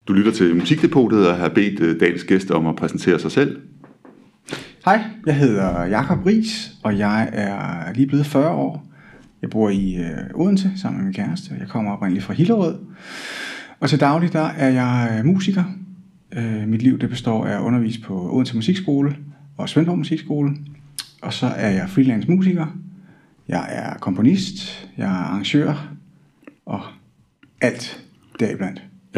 Du lytter til Musikdepotet og har bedt dagens gæst om at præsentere sig selv. Hej, jeg hedder Jakob Riis, og jeg er lige blevet 40 år. Jeg bor i Odense sammen med min kæreste, og jeg kommer oprindeligt fra Hillerød. Og til daglig der er jeg musiker. Mit liv det består af at undervise på Odense Musikskole og Svendborg Musikskole. Og så er jeg freelance musiker. Jeg er komponist, jeg er arrangør og alt deriblandt. Ja.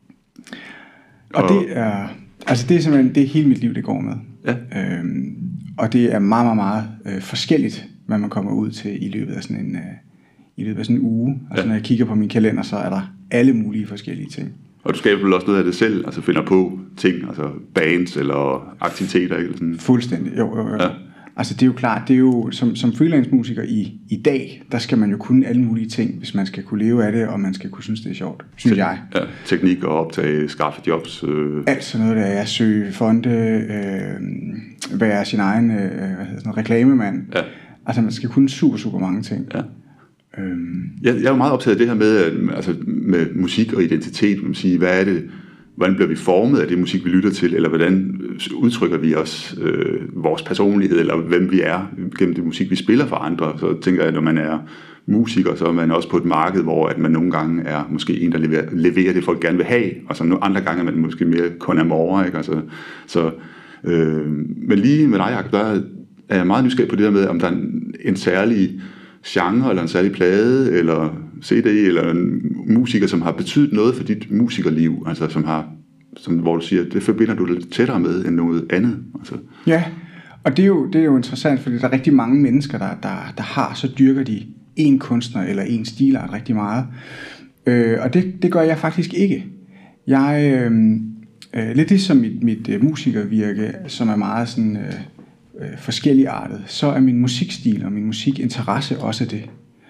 Og det er simpelthen det hele mit liv det går med. Ja. Og det er meget, meget, meget forskelligt, hvad man kommer ud til i løbet af sådan en uge. Altså når jeg kigger på min kalender, så er der alle mulige forskellige ting. Og du skaber vel også noget af det selv, altså finder på ting, altså bands eller aktiviteter, ikke? Sådan. Fuldstændig, jo. Ja. Altså det er jo klart, det er jo som freelance musiker i dag, der skal man jo kunne alle mulige ting, hvis man skal kunne leve af det, og man skal kunne synes det er sjovt, synes jeg. Ja, teknik og optage, skaffe jobs. Alt sådan noget der, jeg søge fonde, være sin egen reklamemand. Ja. Altså man skal kunne super mange ting. Ja. Jeg er jo meget optaget af det her med musik og identitet. Man siger, hvad er det? Hvordan bliver vi formet af det musik, vi lytter til, eller hvordan udtrykker vi os, vores personlighed, eller hvem vi er gennem det musik, vi spiller for andre. Så tænker jeg, at når man er musiker, så er man også på et marked, hvor at man nogle gange er måske en, der leverer det, folk gerne vil have, og så nogle andre gange er man måske mere con amore, ikke? Altså, men lige med dig, Jacob, der er jeg meget nysgerrig på det der med, om der er en særlig genre, eller en særlig plade, eller CD, eller en musiker, som har betydet noget for dit musikerliv, altså hvor du siger, det forbinder du lidt tættere med end noget andet. Altså. Ja, og det er jo interessant, fordi der er rigtig mange mennesker, der har, så dyrker de en kunstner eller en stilart rigtig meget. Og det gør jeg faktisk ikke. Jeg lidt ligesom mit musikervirke, som er meget sådan forskelligartet, så er min musikstil og min musikinteresse også det.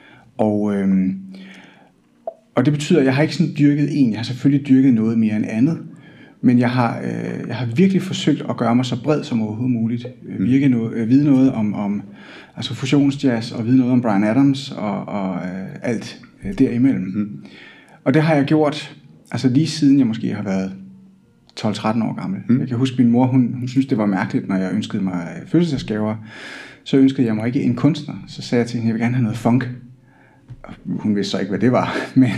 Og det betyder, at jeg har ikke sådan dyrket en. Jeg har selvfølgelig dyrket noget mere end andet. Men jeg har virkelig forsøgt at gøre mig så bred som overhovedet muligt. Vide noget om altså fusionsjazz, og vide noget om Bryan Adams og alt derimellem. Og det har jeg gjort altså lige siden jeg måske har været 12-13 år gammel. Jeg kan huske, min mor, hun synes, det var mærkeligt, når jeg ønskede mig fødselsdagsgaver. Så ønskede jeg mig ikke en kunstner. Så sagde jeg til hende, jeg vil gerne have noget funk. Og hun vidste så ikke, hvad det var.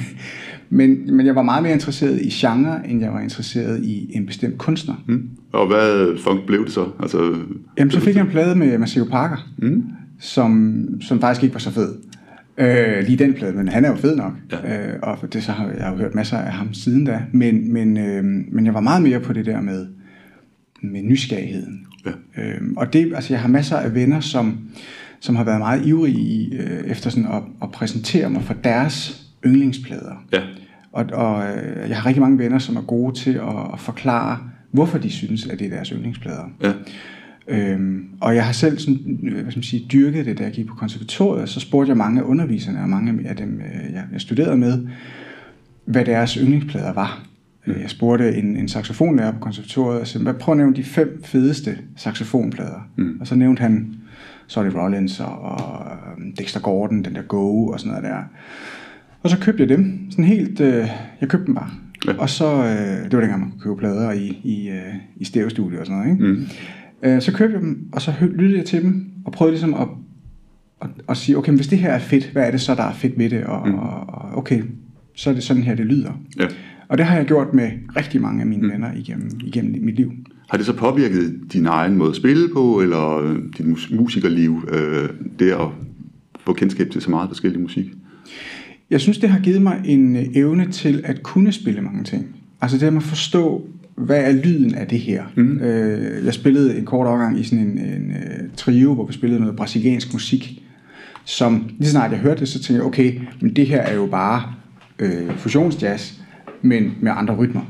Men jeg var meget mere interesseret i genre, end jeg var interesseret i en bestemt kunstner. Og hvad funk blev det så? Altså, jamen, så fik jeg en plade med Maceo Parker, som faktisk ikke var så fed. Lige den plade, men han er jo fed nok. Ja. Og det så har jeg jo hørt masser af ham siden da. Men jeg var meget mere på det der med nysgerrigheden. Ja. Og det, altså jeg har masser af venner, som har været meget ivrige efter sådan at præsentere mig for deres yndlingsplader. Ja. Og jeg har rigtig mange venner, som er gode til at forklare, hvorfor de synes, at det er deres yndlingsplader. Ja. Og jeg har selv sådan, dyrket det, da jeg gik på konservatoriet. Så spurgte jeg mange af underviserne og mange af dem, jeg studerede med, hvad deres yndlingsplader var. Jeg spurgte en saxofonlærer på konservatoriet og sagde, prøv at nævne de 5 fedeste saxofonplader. Og så nævnte han Sonny Rollins og Dexter Gordon, den der Go og sådan noget der. Og så købte jeg dem. Sådan helt, jeg købte dem bare. Ja. Og så, det var dengang man kunne købe plader i stereostudio og sådan noget, ikke? Så købte jeg dem, og så lyttede jeg til dem, og prøvede ligesom at sige, okay, hvis det her er fedt, hvad er det så, der er fedt ved det? Og okay, så er det sådan her, det lyder. Ja. Og det har jeg gjort med rigtig mange af mine venner igennem mit liv. Har det så påvirket din egen måde at spille på, eller dit musikerliv, det at få kendskab til så meget forskellig musik? Jeg synes, det har givet mig en evne til at kunne spille mange ting. Altså det at forstå, hvad er lyden af det her? Jeg spillede en kort overgang i sådan en trio, hvor vi spillede noget brasiliansk musik, som lige snart jeg hørte det, så tænkte jeg, okay, men det her er jo bare fusionsjazz, men med andre rytmer.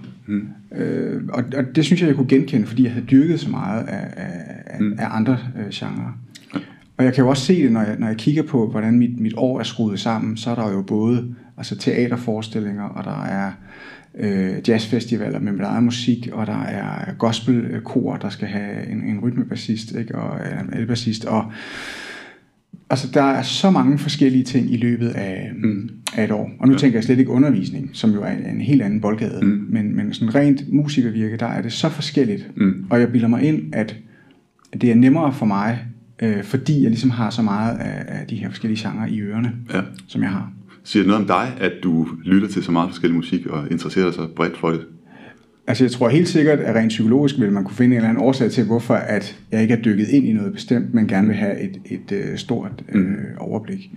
Og det synes jeg kunne genkende, fordi jeg havde dyrket så meget af andre genrer. Og jeg kan jo også se det, når jeg kigger på, hvordan mit år er skruet sammen, så er der jo både altså teaterforestillinger, og der er jazzfestivaler med eget musik, og der er gospelkor, der skal have en rytmebassist, ikke? Og en elbassist, og altså der er så mange forskellige ting i løbet af et år. Og nu tænker jeg slet ikke undervisning, som jo er en helt anden boldgade. Men sådan rent musikervirke, der er det så forskelligt. Og jeg bilder mig ind, at det er nemmere for mig, fordi jeg ligesom har så meget af de her forskellige genrer i ørerne, som jeg har. Siger det noget om dig, at du lytter til så meget forskellig musik og interesserer dig så bredt for det? Altså jeg tror helt sikkert, at rent psykologisk vil man kunne finde en eller anden årsag til, hvorfor at jeg ikke er dykket ind i noget bestemt, men gerne vil have et stort overblik.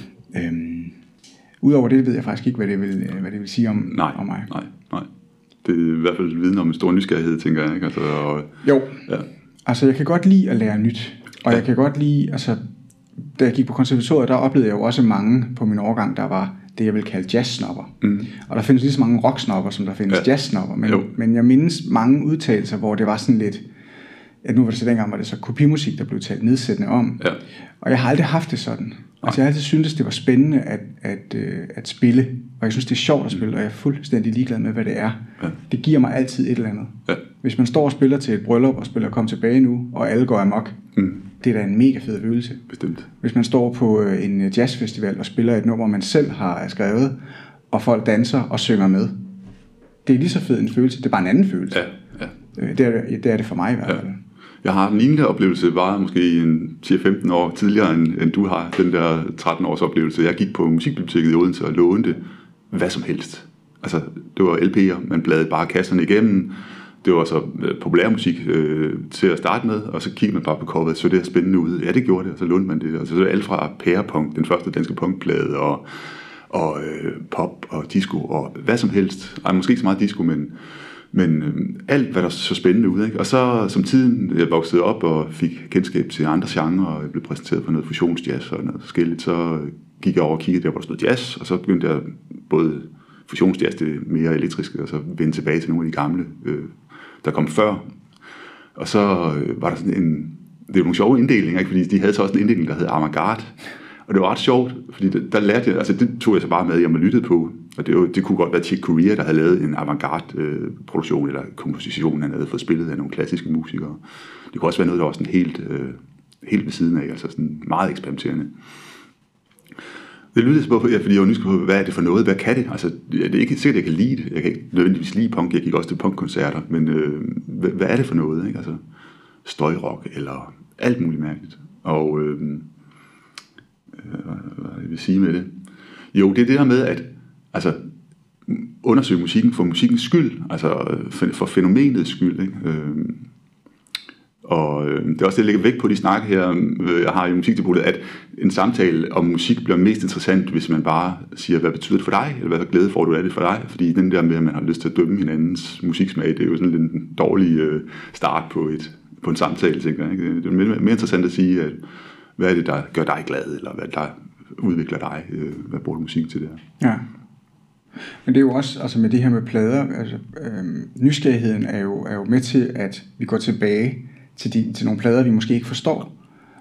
Udover det ved jeg faktisk ikke, hvad det vil sige om mig. Nej. Det er i hvert fald viden om en stor nysgerrighed, tænker jeg. Ikke? Altså, jo, altså jeg kan godt lide at lære nyt, og jeg kan godt lide, altså da jeg gik på konservatoriet, der oplevede jeg jo også mange på min årgang, der var det, jeg vil kalde jazzsnopper. Og der findes lige så mange rocksnopper, som der findes jazzsnopper. Men jeg mindes mange udtalelser, hvor det var sådan lidt, at nu var det så dengang, var det så kopimusik, der blev talt nedsættende om. Og jeg har aldrig haft det sådan. Altså jeg har altid syntes, det var spændende at spille, og jeg synes, det er sjovt at spille, og jeg er fuldstændig ligeglad med, hvad det er. Det giver mig altid et eller andet. Hvis man står og spiller til et bryllup, og spiller Kom tilbage nu, og alle går amok, det er da en mega fed følelse. Bestemt. Hvis man står på en jazzfestival og spiller et nummer, man selv har skrevet, og folk danser og synger med, det er lige så fed en følelse. Det er bare en anden følelse. Det er det for mig i hvert fald. Jeg har en lignende oplevelse, bare måske en 10-15 år tidligere, end du har, den der 13-års oplevelse. Jeg gik på musikbiblioteket i Odense og lånte hvad som helst. Altså, det var LP'er, man bladede bare kasserne igennem. Det var så populærmusik til at starte med, og så kiggede man bare på coveret, så det er spændende ud. Ja, det gjorde det, og så lånte man det. Altså, så er alt fra Pærepunk, den første danske punkplade, og pop og disco, og hvad som helst. Ej, måske ikke så meget disco, men alt, hvad der så spændende ud, ikke? Og så som tiden, jeg voksede op og fik kendskab til andre genrer, og jeg blev præsenteret for noget fusionsjazz og noget forskelligt, så gik jeg over og kiggede der, hvor der stod jazz, og så begyndte jeg både fusionsjazz, det mere elektriske, og så vendte tilbage til nogle af de gamle, der kom før. Og så var der sådan det var nogle sjove inddelinger, ikke? Fordi de havde så også en inddeling, der hed avantgarde. Og det var ret sjovt, fordi der lærte jeg, altså det tog jeg så bare med hjem og lyttede på. Og det kunne godt være Chick Corea, der havde lavet en avantgarde-produktion eller komposition, han havde fået spillet af nogle klassiske musikere. Det kunne også være noget, der var sådan helt ved siden af, altså sådan meget eksperimenterende. Det lyttede på, fordi jeg var nysgerrig på, hvad er det for noget, hvad kan det? Altså, det er ikke sikkert, at jeg kan lide det. Jeg kan ikke nødvendigvis lide punk, jeg gik også til punkkoncerter, men hvad er det for noget? Ikke? Altså, støjrock eller alt muligt mærkeligt. Og hvad jeg vil sige med det? Jo, det er det her med, at altså, undersøge musikken for musikkens skyld, altså for fænomenets skyld. Ikke? Og det er også det, jeg lægger vægt på de snakke her, jeg har i musiktilbuddet, at en samtale om musik bliver mest interessant, hvis man bare siger, hvad betyder det for dig, eller hvad glæde får du af det for dig, fordi den der med, at man har lyst til at dømme hinandens musiksmag, det er jo sådan en dårlig start på en samtale, tænker jeg. Ikke? Det er mere interessant at sige, at hvad er det, der gør dig glad, eller hvad der udvikler dig, hvad bruger du musik til det her? Ja. Men det er jo også, altså med det her med plader, altså nysgerrigheden er jo med til, at vi går tilbage til nogle plader, vi måske ikke forstår,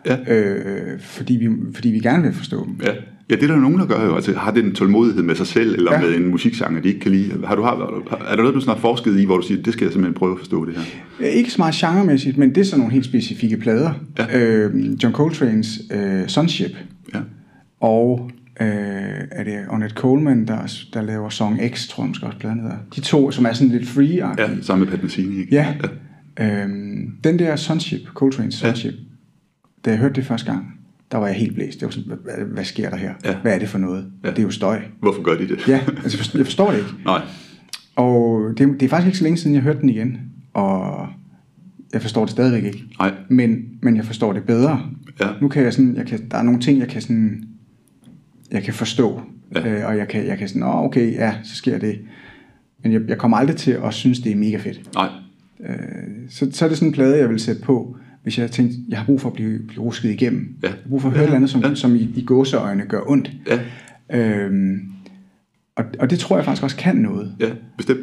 fordi vi gerne vil forstå dem. Ja, det er der nogen, der gør jo. Altså, har det en tålmodighed med sig selv, eller med en musikgenre, de ikke kan lide? Er der noget, du snart forsket i, hvor du siger, det skal jeg simpelthen prøve at forstå det her? Ikke så meget genremæssigt, men det er sådan nogle helt specifikke plader. Ja. John Coltrane's Sonship, og er det Ornette Coleman, der laver Song X, tror jeg måske også pladen hedder. De to, som er sådan lidt free-agtige. Ja, sammen med Pat Metheny, ikke? Ja. Den der Sonship, Coltrane's Sonship, da jeg hørte det første gang, der var jeg helt blæst. Det var sådan, hvad sker der her? Ja. Hvad er det for noget? Ja. Det er jo støj. Hvorfor gør de det? Ja, altså jeg forstår det ikke. Nej. Og det er faktisk ikke så længe siden, jeg hørte den igen, og jeg forstår det stadigvæk ikke. Nej. Men jeg forstår det bedre. Ja. Nu kan jeg sådan, der er nogle ting, jeg kan forstå, og jeg kan sådan, okay, ja, så sker det. Men jeg kommer aldrig til at synes, det er mega fedt. Nej. Så er det sådan en plade, jeg vil sætte på, hvis jeg tænkte, jeg har brug for at blive rusket igennem. Ja. Jeg har brug for at høre et eller andet, som i gåseøjne gør ondt. Ja. Og det tror jeg faktisk også kan noget. Ja, bestemt.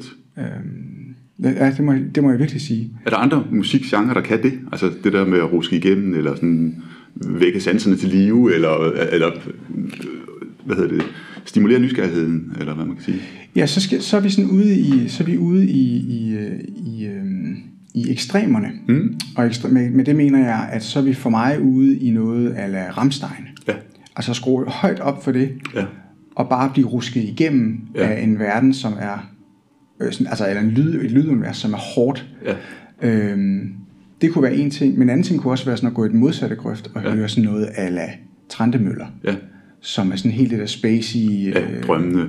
Det må jeg virkelig sige. Er der andre musikgenre, der kan det? Altså det der med at ruske igennem, eller sådan vække sanserne til live, eller hvad hedder det, stimulere nysgerrigheden, eller hvad man kan sige? Ja, så er vi sådan ude i ekstremerne. Og med det mener jeg, at så er vi for mig ude i noget a la Rammstein. Ja. altså skrue højt op for det, og bare blive rusket igennem af en verden, som er, altså eller et lydunivers, som er hårdt. Det kunne være en ting, men en anden ting kunne også være sådan at gå i den modsatte grøft og høre sådan noget a la Trentemøller, som er sådan helt det der spacey... drømmende.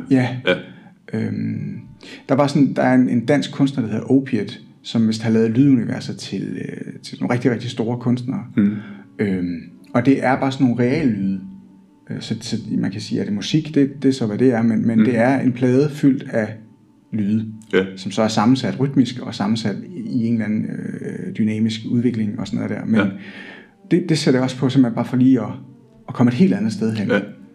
Der er en dansk kunstner, der hedder Opiate, som vist har lavet lyduniverser til nogle rigtig, rigtig store kunstnere. Og det er bare sådan nogle reale lyde. Så man kan sige, at det musik, det er så, hvad det er, men det er en plade fyldt af lyde, som så er sammensat rytmisk og sammensat i en eller anden dynamisk udvikling og sådan noget der. Men det sætter også på, simpelthen bare for lige at komme et helt andet sted hen.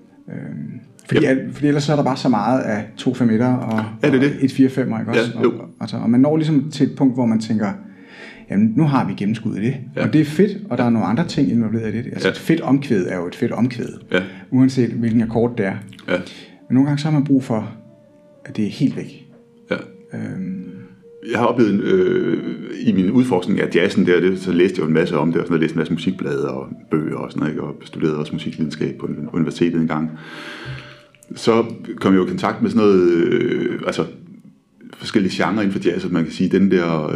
Fordi ellers så er der bare så meget af 2-5-1'er og et 4-5'er, ikke også? Og man når ligesom til et punkt, hvor man tænker, jamen nu har vi gennemskuddet det, og det er fedt, og der er nogle andre ting involveret i det. Altså et fedt omkvæd er jo et fedt omkvæd, uanset hvilken akkord det er. Men nogle gange så har man brug for, at det er helt væk. Jeg har oplevet i min udforskning af jazzen så læste jeg jo en masse om det, og sådan noget, læste en masse musikblade og bøger og sådan noget, og studerede også musikvidenskab på universitetet en gang. Så kom jeg jo i kontakt med sådan noget, altså forskellige genrer inden for jazz, at man kan sige, den der,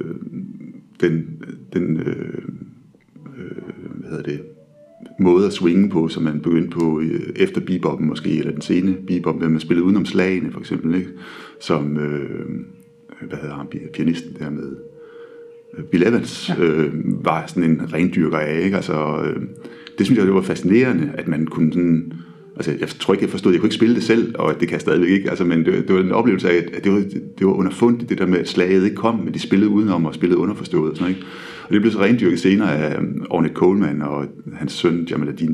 hvad hedder det, måde at swinge på, som man begyndte på efter beboppen måske, eller den sene bebop, hvor man spillede udenom slagene for eksempel, ikke? Som, hvad hedder han, pianisten der med Bill Evans, var sådan en rendyrker af, ikke? Altså, det synes jeg, det var fascinerende, at man kunne sådan, altså jeg tror ikke, jeg forstod, jeg kunne ikke spille det selv, og det kan jeg stadigvæk ikke, altså, men det var en oplevelse af, at det var underfundigt, det der med, at slaget ikke kom, men de spillede udenom og spillede underforstået og sådan, ikke? Og det blev så rendyrket senere af Ornette Coleman og hans søn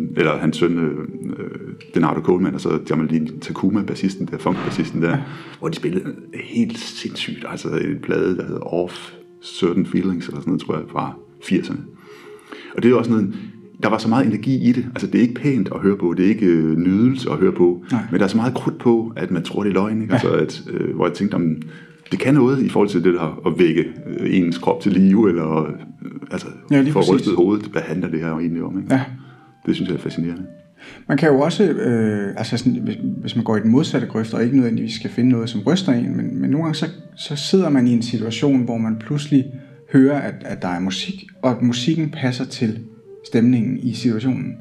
Denardo Coleman, og så Jamaluddin Takuma, bassisten der, funkbassisten der, hvor de spillede helt sindssygt, altså en plade, der hedder Off Certain Feelings, eller sådan noget, tror jeg, fra 80'erne. Og det er også noget, der var så meget energi i det, altså det er ikke pænt at høre på, det er ikke nydelse at høre på, men der er så meget krudt på, at man tror, det er løgn, ikke? Altså, hvor jeg tænkte, om det kan noget i forhold til det der at vække ens krop til live, eller altså få rystet hovedet, hvad handler det her egentlig om, ikke? Det synes jeg er fascinerende. Man kan jo også, altså sådan, hvis man går i den modsatte grøft, og ikke nødvendigvis skal finde noget, som ryster en, men nogle gange så sidder man i en situation, hvor man pludselig hører, at der er musik, og at musikken passer til stemningen i situationen.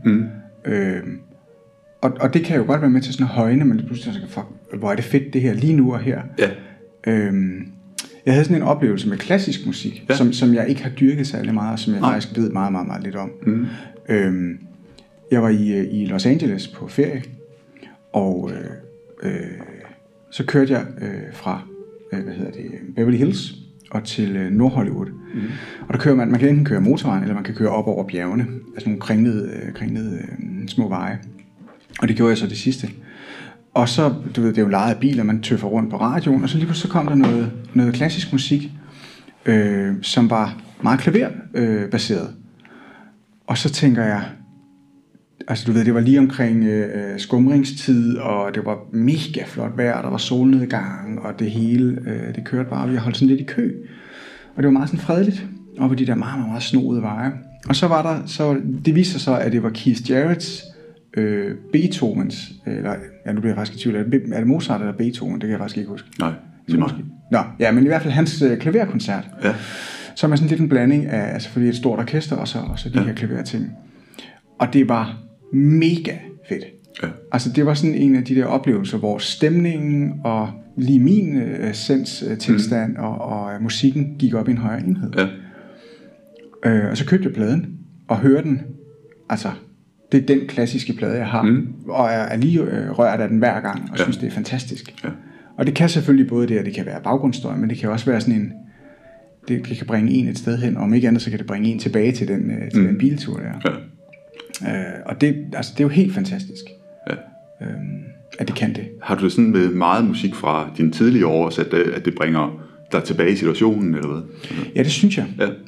Og det kan jo godt være med til sådan at højne, men pludselig så fuck, hvor er det fedt det her lige nu og her. Jeg havde sådan en oplevelse med klassisk musik, som jeg ikke har dyrket særlig meget, og som jeg faktisk ved meget, meget, meget lidt om. Jeg var i Los Angeles på ferie, og så kørte jeg fra Beverly Hills og til Nordhollywood. Og der kører man kan enten køre motorvejen, eller man kan køre op over bjergene, altså nogle kringlede små veje. Og det gjorde jeg så det sidste. Og så, du ved, det er jo lejet af biler, man tøffer rundt på radioen, og så lige pludselig så kom der noget klassisk musik, som var meget klaverbaseret. Og så tænker jeg, altså du ved, det var lige omkring skumringstid, og det var mega flot vejr, der var solnedgang, og det hele, det kørte bare, og vi holdt sådan lidt i kø. Og det var meget sådan fredeligt, oppe på de der meget, meget, meget snoede veje. Og så var der, det viste sig så, at det var Keith Jarretts, Beethovens, eller ja, nu bliver jeg faktisk i tvivl, er det Mozart eller Beethoven, det kan jeg faktisk ikke huske. Nej, det er måske. Nå, ja, men i hvert fald hans klaverkoncert, som er sådan lidt en blanding af, altså fordi et stort orkester, og så de her klaverting. Og det var mega fedt. Altså det var sådan en af de der oplevelser, hvor stemningen og lige min senstilstand og musikken gik op i en højere enhed. Og så købte jeg pladen og hørte den, altså det er den klassiske plade, jeg har, og jeg er lige rørt af den hver gang, og synes, det er fantastisk. Og det kan selvfølgelig både det, at det kan være baggrundsstøj, men det kan også være sådan en, det kan bringe en et sted hen, og om ikke andet, så kan det bringe en tilbage til den biltur der. Og det er jo helt fantastisk, at det kan det. Har du det sådan med meget musik fra dine tidlige år, så at det bringer dig tilbage i situationen, eller hvad? Ja, det synes jeg.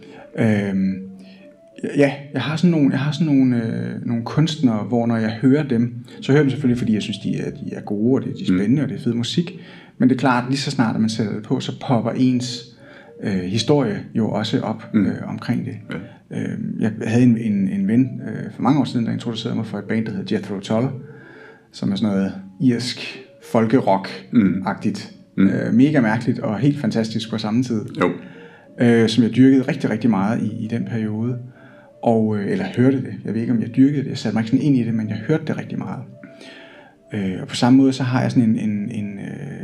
Ja, jeg har sådan nogle kunstnere, hvor når jeg hører dem, så hører jeg dem selvfølgelig, fordi jeg synes, de er gode, og de er spændende, og det er fed musik. Men det er klart, lige så snart, at man sætter det på, så popper ens historie jo også op omkring det. Jeg havde en ven for mange år siden, der introducerede mig for et band, der hedder Jethro Tull, som er sådan noget irsk folkerock-agtigt. Mega mærkeligt og helt fantastisk på samme tid. Jo. Som jeg dyrkede rigtig, rigtig meget i den periode. Eller hørte det. Jeg ved ikke, om jeg dyrkede det. Jeg satte mig ikke sådan ind i det, men jeg hørte det rigtig meget. Og på samme måde, så har jeg sådan en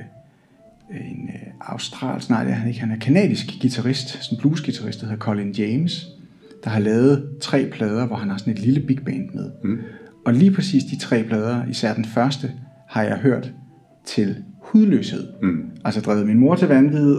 australsk, nej, han er kanadisk guitarist, sådan en bluesguitarist, der hedder Colin James, der har lavet 3 plader, hvor han har sådan et lille big band med. Og lige præcis de 3 plader, især den første, har jeg hørt til hudløshed. Altså drevet min mor til vanvid,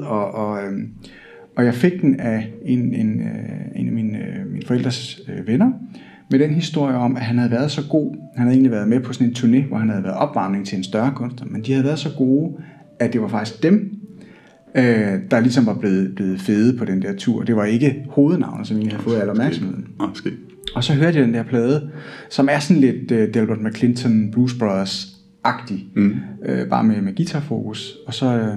og jeg fik den af en af mine forældres venner, med den historie om, at han havde været så god. Han havde egentlig været med på sådan en turné, hvor han havde været opvarmning til en større kunstner, men de havde været så gode, at det var faktisk dem, der ligesom var blevet fede på den der tur. Det var ikke hovednavnet, som egentlig havde fået al opmærksomheden. Og så hørte jeg den der plade, som er sådan lidt Delbert McClinton, Blues Brothers-agtig, bare med guitarfokus. Og så,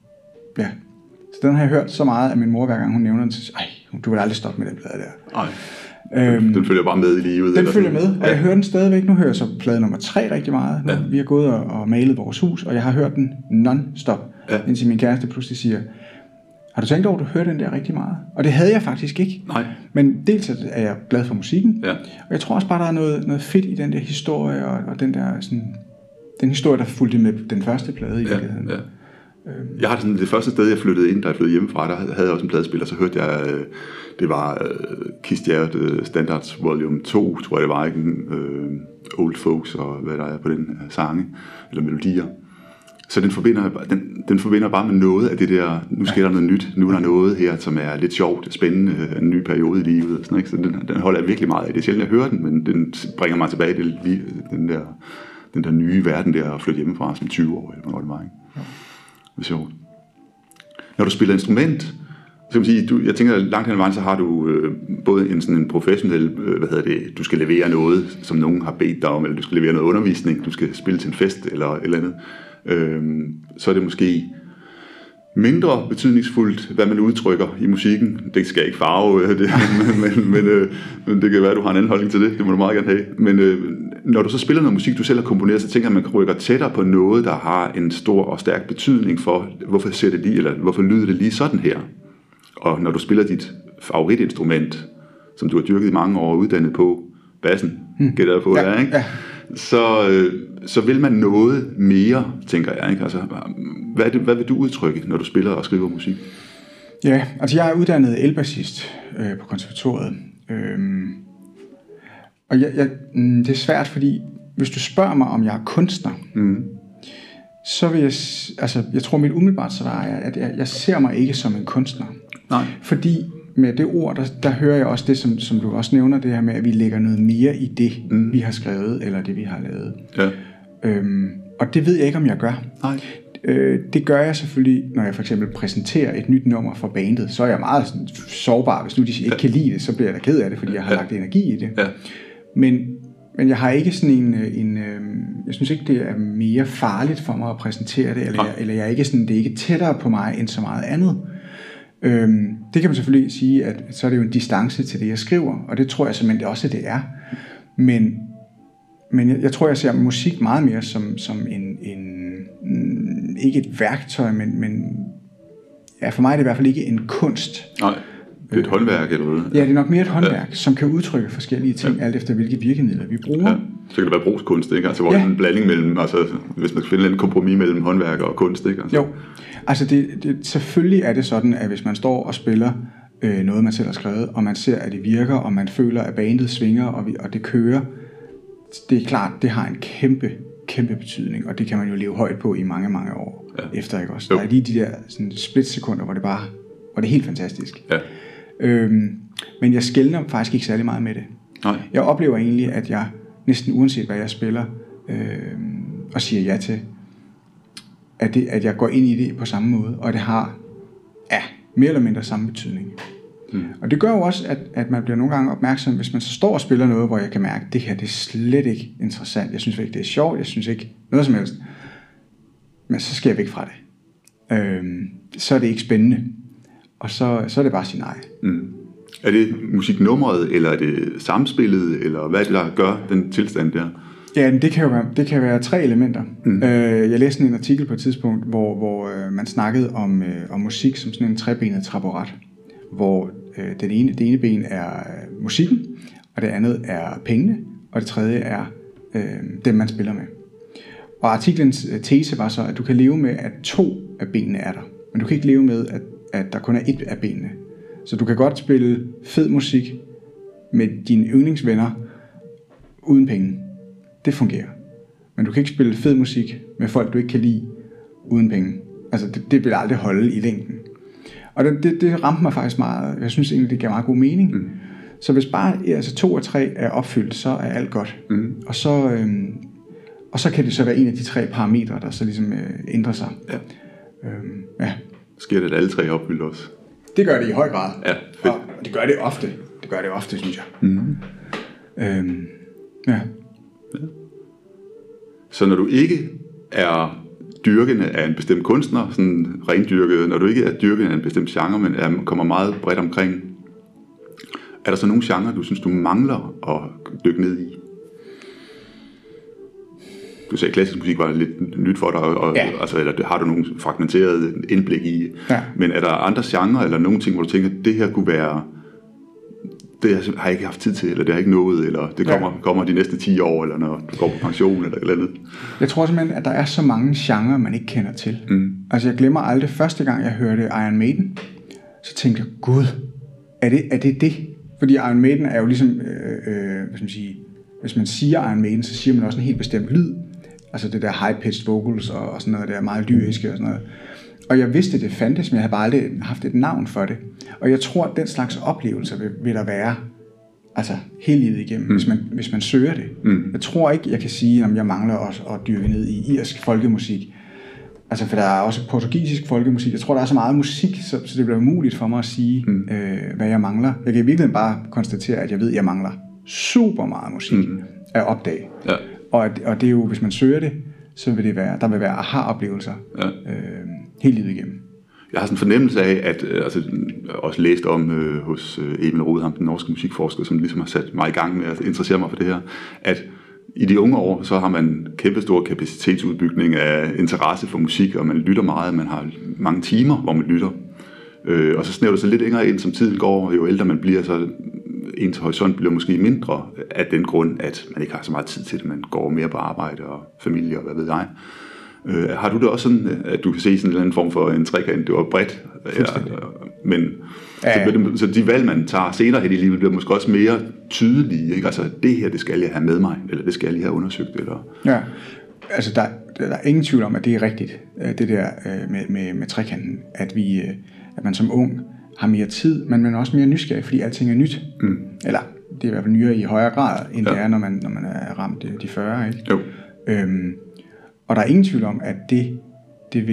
så den har jeg hørt så meget af min mor, hver gang hun nævner den, så du vil aldrig stoppe med den plade der. Nej. Den følger bare med i livet. Den følger med, og jeg hører den stadigvæk. Nu hører jeg så plade nummer 3 rigtig meget. Vi har gået og malet vores hus, og jeg har hørt den non-stop, indtil min kæreste pludselig siger, har du tænkt over, at du hører den der rigtig meget? Og det havde jeg faktisk ikke. Nej. Men dels er jeg glad for musikken, og jeg tror også bare, der er noget fedt i den der historie, og den der sådan, den historie, der fulgte med den første plade i virkeligheden. Jeg har sådan, det første sted, jeg flyttede ind, da jeg flyttede hjemmefra, der havde jeg også en pladespiller, så hørte jeg, det var Keith Jarrett Standards Volume 2, tror jeg det var, ikke? Old Folks og hvad der er på den sange, eller melodier. Så den forbinder bare med noget af det der, nu sker der noget nyt, nu er der noget her, som er lidt sjovt, spændende, en ny periode i livet. Sådan, ikke? Så den holder jeg virkelig meget af. Det er sjældent, jeg hører den, men den bringer mig tilbage til den der nye verden der, at flytte hjemmefra som 20 år, eller hvornår det var, ikke? Det er sjovt. Når du spiller instrument, så kan man sige, jeg tænker, at langt hen ad vejen, så har du både en professionel, du skal levere noget, som nogen har bedt dig om, eller du skal levere noget undervisning, du skal spille til en fest, eller et eller andet. Så er det måske mindre betydningsfuldt, hvad man udtrykker i musikken. Det skal ikke farve det, men det kan være, at du har en anden holdning til det. Det må du meget gerne have. Men når du så spiller noget musik, du selv har komponeret, så tænker jeg, at man rykker tættere på noget, der har en stor og stærk betydning for, hvorfor lyder det lige sådan her. Og når du spiller dit favoritinstrument, som du har dyrket i mange år og uddannet på, bassen, gætter jeg på, ikke? Ja. Så vil man noget mere, tænker jeg, ikke? Altså, hvad vil du udtrykke, når du spiller og skriver musik? Ja, altså jeg er uddannet elbassist på konservatoriet. Og det er svært, fordi hvis du spørger mig, om jeg er kunstner, så vil jeg tror mit umiddelbart svar er, at jeg ser mig ikke som en kunstner. Nej. Fordi med det ord, der hører jeg også det, som du også nævner, det her med, at vi lægger noget mere i det, vi har skrevet, eller det, vi har lavet. Ja. Og det ved jeg ikke, om jeg gør. Nej. Det gør jeg selvfølgelig, når jeg for eksempel præsenterer et nyt nummer for bandet, så er jeg meget sådan sårbar. Hvis nu de ikke kan lide det, så bliver jeg da ked af det, fordi jeg har lagt energi i det. Ja. Men jeg har ikke sådan jeg synes ikke, det er mere farligt for mig at præsentere det, eller jeg er ikke sådan, det er ikke tættere på mig end så meget andet. Det kan man selvfølgelig sige, at så er det jo en distance til det, jeg skriver, og det tror jeg simpelthen også, det er. Men jeg tror, jeg ser musik meget mere som ikke et værktøj, men for mig er det i hvert fald ikke en kunst. Nej, det er et håndværk eller noget. Ja, det er nok mere et håndværk, som kan udtrykke forskellige ting, alt efter hvilke virkemidler vi bruger. Ja. Så kan det være brugskunst, ikke? Altså, hvor det er en blanding mellem, altså, hvis man skal finde en kompromis mellem håndværk og kunst, ikke? Altså. Jo, altså selvfølgelig er det sådan, at hvis man står og spiller noget, man selv har skrevet, og man ser, at det virker, og man føler, at bandet svinger, og det kører, det er klart, det har en kæmpe betydning, og det kan man jo leve højt på i mange, mange år efter, ikke også? Der er lige de der sådan, splitsekunder, hvor det er helt fantastisk. Ja. Men jeg skelner faktisk ikke særlig meget med det. Nej. Jeg oplever egentlig, at jeg næsten uanset hvad jeg spiller og siger ja til, at jeg går ind i det på samme måde, og det har mere eller mindre samme betydning. Og det gør jo også, at man bliver nogle gange opmærksom, hvis man så står og spiller noget, hvor jeg kan mærke, at det her det er slet ikke interessant. Jeg synes ikke, det er sjovt. Jeg synes ikke noget som helst. Men så skal jeg væk fra det. Så er det ikke spændende. Og så er det bare at sige nej. Er det musiknummeret, eller er det samspillet, eller hvad er det, der gør den tilstand der? Ja, det kan være 3 elementer. Jeg læste en artikel på et tidspunkt, hvor man snakkede om musik som sådan en trebenet traporet, hvor det ene ben er musikken, og det andet er pengene, og det tredje er dem, man spiller med. Og artiklens tese var så, at du kan leve med, at 2 af benene er der, men du kan ikke leve med, at der kun er 1 af benene. Så du kan godt spille fed musik med dine yndlingsvenner uden penge. Det fungerer. Men du kan ikke spille fed musik med folk, du ikke kan lide uden penge. Altså, det vil aldrig holde i længden. Og det ramte mig faktisk meget. Jeg synes egentlig, det gav meget god mening. Så hvis bare 2 af 3 er opfyldt, så er alt godt. Og så kan det så være en af de 3 parametre, der så ligesom ændrer sig. Ja. Sker det, at alle 3 er opfyldt også? Det gør det i høj grad. Ja, fedt. Og det gør det ofte. Det gør det ofte, synes jeg. Ja. Så når du ikke er dyrkende af en bestemt kunstner, sådan rendyrket, når du ikke er dyrkende af en bestemt genre, men kommer meget bredt omkring, er der så nogle genre, du synes, du mangler at dykke ned i? Du sagde, at klassisk musik var lidt nyt for dig, altså, eller har du nogle fragmenterede indblik i? Ja. Men er der andre genrer, eller nogle ting, hvor du tænker, det her kunne være, det har jeg ikke haft tid til, eller det har ikke nået, eller det kommer de næste 10 år, eller når du går på pension, eller et eller andet? Jeg tror simpelthen, at der er så mange genrer, man ikke kender til. Altså, jeg glemmer aldrig første gang, jeg hørte Iron Maiden, så tænkte jeg, gud, er det? Fordi Iron Maiden er jo ligesom, hvis man siger Iron Maiden, så siger man også en helt bestemt lyd. Altså det der high-pitched vocals og sådan noget der, meget lyriske og sådan noget. Og jeg vidste, det fandtes, men jeg havde bare aldrig haft et navn for det. Og jeg tror, at den slags oplevelser vil der være altså hele livet igennem, hvis man søger det. Jeg tror ikke, jeg kan sige, at jeg mangler også at dyrke ned i irsk folkemusik. Altså, for der er også portugisisk folkemusik. Jeg tror, der er så meget musik, så det bliver muligt for mig at sige, hvad jeg mangler. Jeg kan i virkeligheden bare konstatere, at jeg ved, at jeg mangler super meget musik at opdage. Ja. Og det er jo, hvis man søger det, så vil det være, der vil være aha-oplevelser hele livet igennem. Jeg har sådan en fornemmelse af, at også læst om hos Emil Rodham, den norske musikforsker, som ligesom har sat mig i gang med at interessere mig for det her, at i de unge år, så har man kæmpestor kapacitetsudbygning af interesse for musik, og man lytter meget, man har mange timer, hvor man lytter. Og så snæver det sig lidt længere ind, som tiden går, jo ældre man bliver, så ens horisont bliver måske mindre af den grund, at man ikke har så meget tid til det, man går mere på arbejde og familie og hvad ved jeg. Har du det også sådan, at du kan se sådan en eller anden form for en trekant, det var bredt, men så de valg, man tager senere hen i livet, bliver måske også mere tydelige, ikke? Altså, det her, det skal jeg have med mig, eller det skal jeg have undersøgt, eller... Ja, altså der er ingen tvivl om, at det er rigtigt, det der med trekanten, at man som ung har mere tid, men man er også mere nysgerrig, fordi alting er nyt. Eller det er i hvert fald nyere i højere grad, end det er, når man er ramt de 40, ikke? Jo. Og der er ingen tvivl om, at det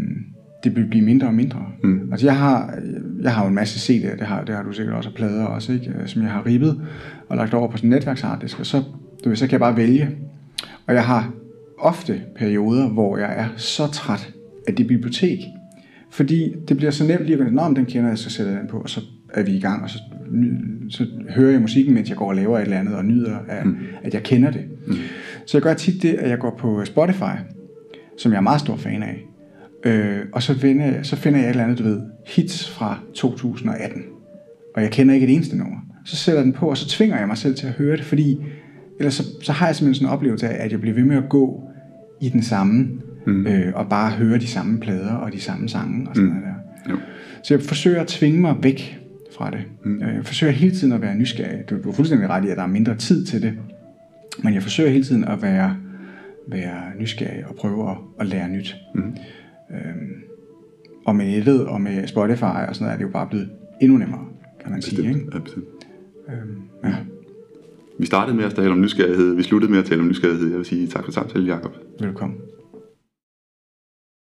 vil blive mindre og mindre. Altså jeg har jo en masse CD'er, det har du sikkert også, plader også, ikke? Som jeg har ribbet og lagt over på sådan en netværksharddisk, og så kan jeg bare vælge. Og jeg har ofte perioder, hvor jeg er så træt af det bibliotek, fordi det bliver så nemt lige at gå, den kender jeg, så sætter jeg den på, og så er vi i gang, og så hører jeg musikken, mens jeg går og laver et eller andet, og nyder, at jeg kender det. Så jeg gør tit det, at jeg går på Spotify, som jeg er meget stor fan af, og så finder jeg et eller andet, hits fra 2018, og jeg kender ikke et eneste nummer. Så sætter jeg den på, og så tvinger jeg mig selv til at høre det, fordi ellers så har jeg simpelthen sådan en oplevelse af, at jeg bliver ved med at gå i den samme, og bare høre de samme plader og de samme sange og sådan noget der. Jo. Så jeg forsøger at tvinge mig væk fra det. Jeg forsøger hele tiden at være nysgerrig. Du er fuldstændig ret i, at der er mindre tid til det, men jeg forsøger hele tiden at være nysgerrig og prøve at lære nyt. Og med nettet og med Spotify og sådan noget, er det jo bare blevet endnu nemmere, kan man sige. Ikke? Ja. Vi startede med at tale om nysgerrighed, vi sluttede med at tale om nysgerrighed. Jeg vil sige tak for samtalen, Jakob. Velkommen.